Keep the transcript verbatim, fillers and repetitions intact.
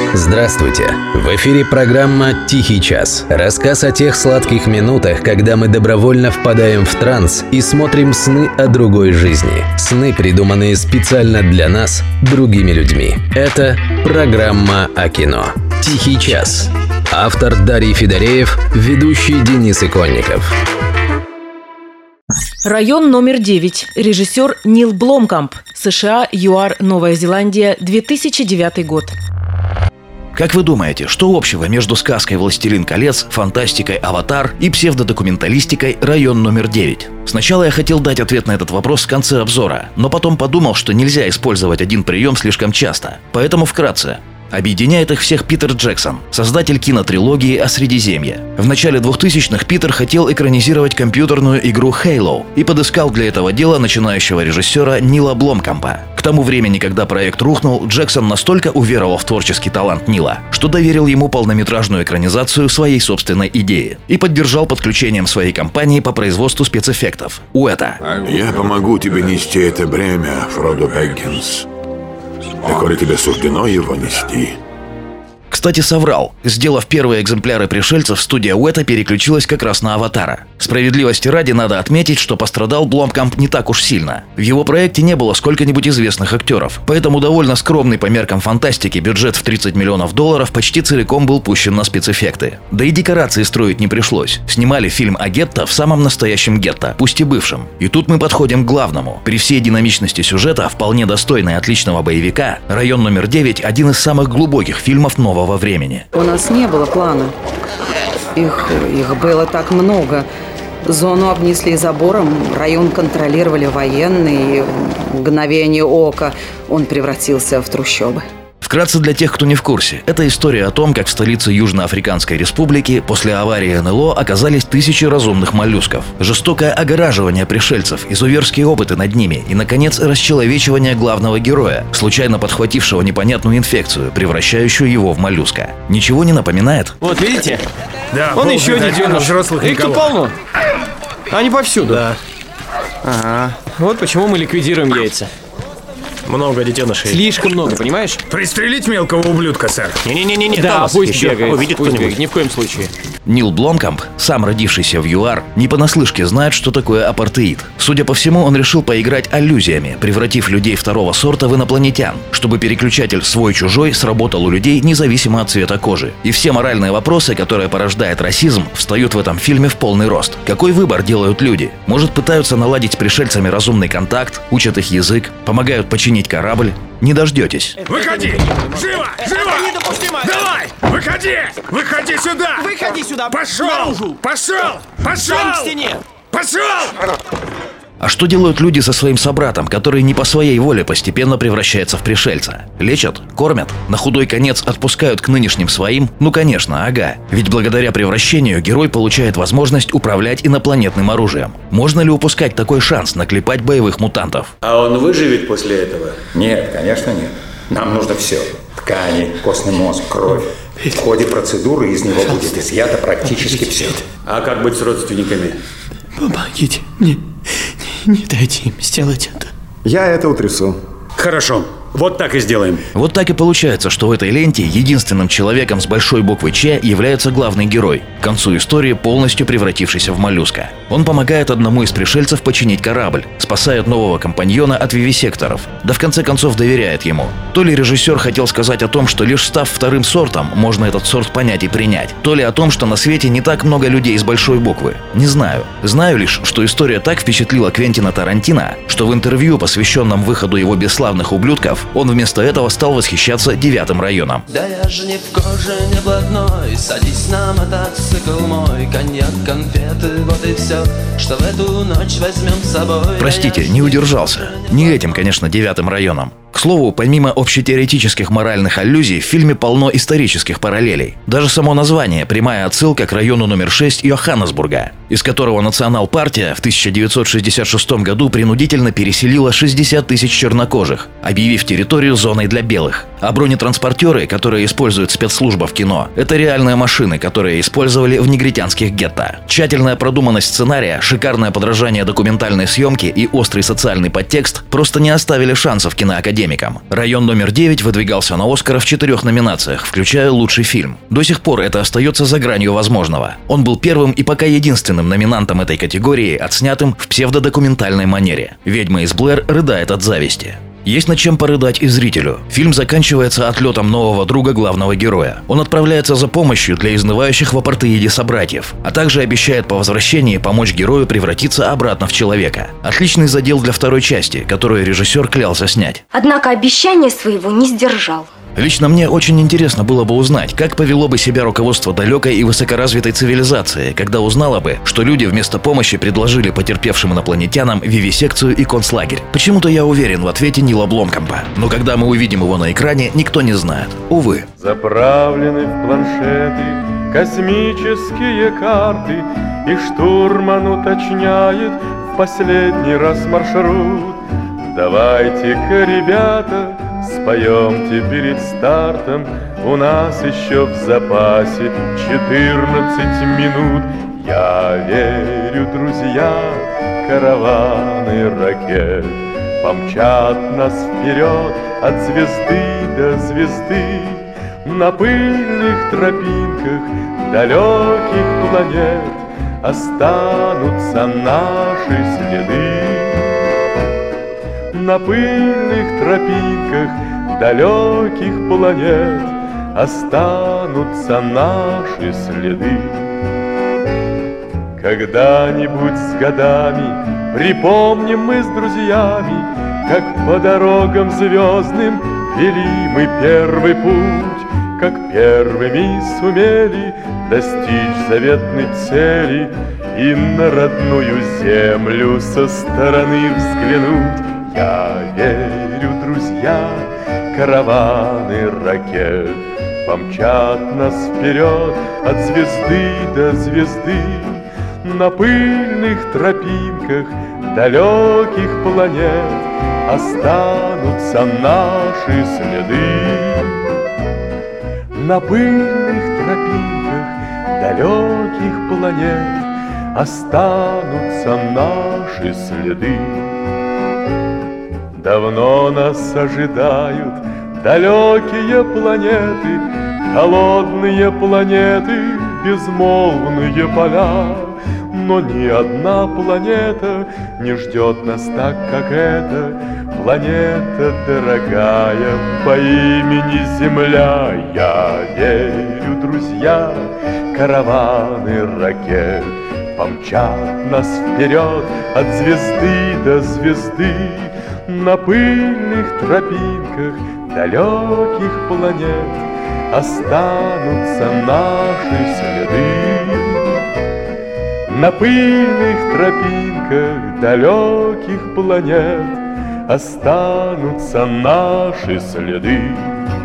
Здравствуйте! В эфире программа «Тихий час». Рассказ о тех сладких минутах, когда мы добровольно впадаем в транс и смотрим сны о другой жизни. Сны, придуманные специально для нас, другими людьми. Это программа о кино. «Тихий час». Автор Дарий Федореев, ведущий Денис Иконников. Район номер девять. Режиссер Нил Бломкамп. США, ЮАР, Новая Зеландия, две тысячи девятый год. Как вы думаете, что общего между сказкой «Властелин колец», фантастикой «Аватар» и псевдодокументалистикой «Район номер девять»? Сначала я хотел дать ответ на этот вопрос в конце обзора, но потом подумал, что нельзя использовать один прием слишком часто. Поэтому вкратце. Объединяет их всех Питер Джексон, создатель кинотрилогии о Средиземье. В начале двухтысячных Питер хотел экранизировать компьютерную игру Halo и подыскал для этого дела начинающего режиссера Нила Бломкампа. К тому времени, когда проект рухнул, Джексон настолько уверовал в творческий талант Нила, что доверил ему полнометражную экранизацию своей собственной идеи и поддержал подключением своей компании по производству спецэффектов – Уэта. Я помогу тебе нести это бремя, Фродо Бэггинс. Доколе тебе суждено его нести. Кстати, соврал. Сделав первые экземпляры пришельцев, студия Уэта переключилась как раз на «Аватара». Справедливости ради надо отметить, что пострадал Бломкамп не так уж сильно. В его проекте не было сколько-нибудь известных актеров, поэтому довольно скромный по меркам фантастики бюджет в тридцать миллионов долларов почти целиком был пущен на спецэффекты. Да и декорации строить не пришлось. Снимали фильм о гетто в самом настоящем гетто, пусть и бывшем. И тут мы подходим к главному. При всей динамичности сюжета, вполне достойной отличного боевика, «Район номер девять» – один из самых глубоких фильмов нового времени. У нас не было плана. Их, их было так много. Зону обнесли забором, район контролировали военные, и в мгновение ока он превратился в трущобы. Вкратце для тех, кто не в курсе, это история о том, как в столице Южноафриканской республики после аварии эн эл о оказались тысячи разумных моллюсков. Жестокое огораживание пришельцев, изуверские опыты над ними и, наконец, расчеловечивание главного героя, случайно подхватившего непонятную инфекцию, превращающую его в моллюска. Ничего не напоминает? Вот видите? Да, он еще детеныш. Взрослых Их тут полно. Они повсюду. Да. Ага. Вот почему мы ликвидируем яйца. Много детенышей. Слишком много, понимаешь? Пристрелить мелкого ублюдка, сэр. Не-не-не-не, да, Томас, пусть еще бегает, увидит пусть кто-нибудь. бегает, ни в коем случае. Нил Бломкамп, сам родившийся в ЮАР, не понаслышке знает, что такое апартеид. Судя по всему, он решил поиграть аллюзиями, превратив людей второго сорта в инопланетян, чтобы переключатель свой-чужой сработал у людей независимо от цвета кожи. И все моральные вопросы, которые порождает расизм, встают в этом фильме в полный рост. Какой выбор делают люди? Может, пытаются наладить с пришельцами разумный контакт, учат их язык, помогают починить корабль? Не дождетесь. Выходи! Живо! Живо! Недопустимо! Давай! Выходи! Выходи сюда! Выходи сюда! Пошел! Наружу! Пошел! Пошел! Там к стене! Пошел! А что делают люди со своим собратом, который не по своей воле постепенно превращается в пришельца? Лечат? Кормят? На худой конец отпускают к нынешним своим? Ну конечно, ага. Ведь благодаря превращению герой получает возможность управлять инопланетным оружием. Можно ли упускать такой шанс наклепать боевых мутантов? А он выживет после этого? Нет, конечно нет. Нам нужно все. Ткани, костный мозг, кровь. В ходе процедуры из него будет изъято практически все. А как быть с родственниками? Помогите мне. Не дайте им сделать это. Я это утрясу. Хорошо. Вот так и сделаем. Вот так и получается, что в этой ленте единственным человеком с большой буквы «Ч» является главный герой, к концу истории полностью превратившийся в моллюска. Он помогает одному из пришельцев починить корабль, спасает нового компаньона от вивисекторов, да в конце концов доверяет ему. То ли режиссер хотел сказать о том, что лишь став вторым сортом, можно этот сорт понять и принять, то ли о том, что на свете не так много людей с большой буквы. Не знаю. Знаю лишь, что история так впечатлила Квентина Тарантино, что в интервью, посвященном выходу его бесславных ублюдков, он вместо этого стал восхищаться девятым районом. Да я же не в коже, не блатной. Садись на мотоцикл мой. Коньяк, конфеты, вот и все, что в эту ночь возьмем с собой. Простите, не удержался. Не этим, конечно, девятым районом. К слову, помимо общетеоретических моральных аллюзий, в фильме полно исторических параллелей. Даже само название – прямая отсылка к району номер шесть Йоханнесбурга, из которого национал-партия в тысяча девятьсот шестьдесят шестом году принудительно переселила шестьдесят тысяч чернокожих, объявив территорию зоной для белых. А бронетранспортеры, которые использует спецслужба в кино, это реальные машины, которые использовали в негритянских гетто. Тщательная продуманность сценария, шикарное подражание документальной съемки и острый социальный подтекст просто не оставили шансов киноакадемикам. «Район номер девять» выдвигался на Оскар в четырех номинациях, включая лучший фильм. До сих пор это остается за гранью возможного. Он был первым и пока единственным номинантом этой категории, отснятым в псевдодокументальной манере. «Ведьма из Блэр» рыдает от зависти. Есть над чем порыдать и зрителю. Фильм заканчивается отлетом нового друга главного героя. Он отправляется за помощью для изнывающих в апартеиде собратьев, а также обещает по возвращении помочь герою превратиться обратно в человека. Отличный задел для второй части, которую режиссер клялся снять. Однако обещания своего не сдержал. Лично мне очень интересно было бы узнать, как повело бы себя руководство далекой и высокоразвитой цивилизации, когда узнало бы, что люди вместо помощи предложили потерпевшим инопланетянам вивисекцию и концлагерь. Почему-то я уверен в ответе Нила Бломкампа, но когда мы увидим его на экране, никто не знает. Увы. Заправлены в планшеты космические карты, и штурман уточняет в последний раз маршрут. Давайте-ка, ребята, споемте перед стартом, у нас еще в запасе четырнадцать минут. Я верю, друзья, караваны ракет помчат нас вперед от звезды до звезды. На пыльных тропинках далеких планет останутся наши следы. На пыльных тропинках далеких планет останутся наши следы. Когда-нибудь с годами припомним мы с друзьями, как по дорогам звездным вели мы первый путь, как первыми сумели достичь заветной цели и на родную землю со стороны взглянуть. Я верю, друзья, караваны ракет помчат нас вперед от звезды до звезды. На пыльных тропинках далеких планет останутся наши следы. На пыльных тропинках далеких планет останутся наши следы. Давно нас ожидают далекие планеты, холодные планеты, безмолвные поля. Но ни одна планета не ждет нас так, как эта планета дорогая по имени Земля. Я верю, друзья, караваны ракет помчат нас вперед от звезды до звезды. На пыльных тропинках далеких планет останутся наши следы. На пыльных тропинках далеких планет останутся наши следы.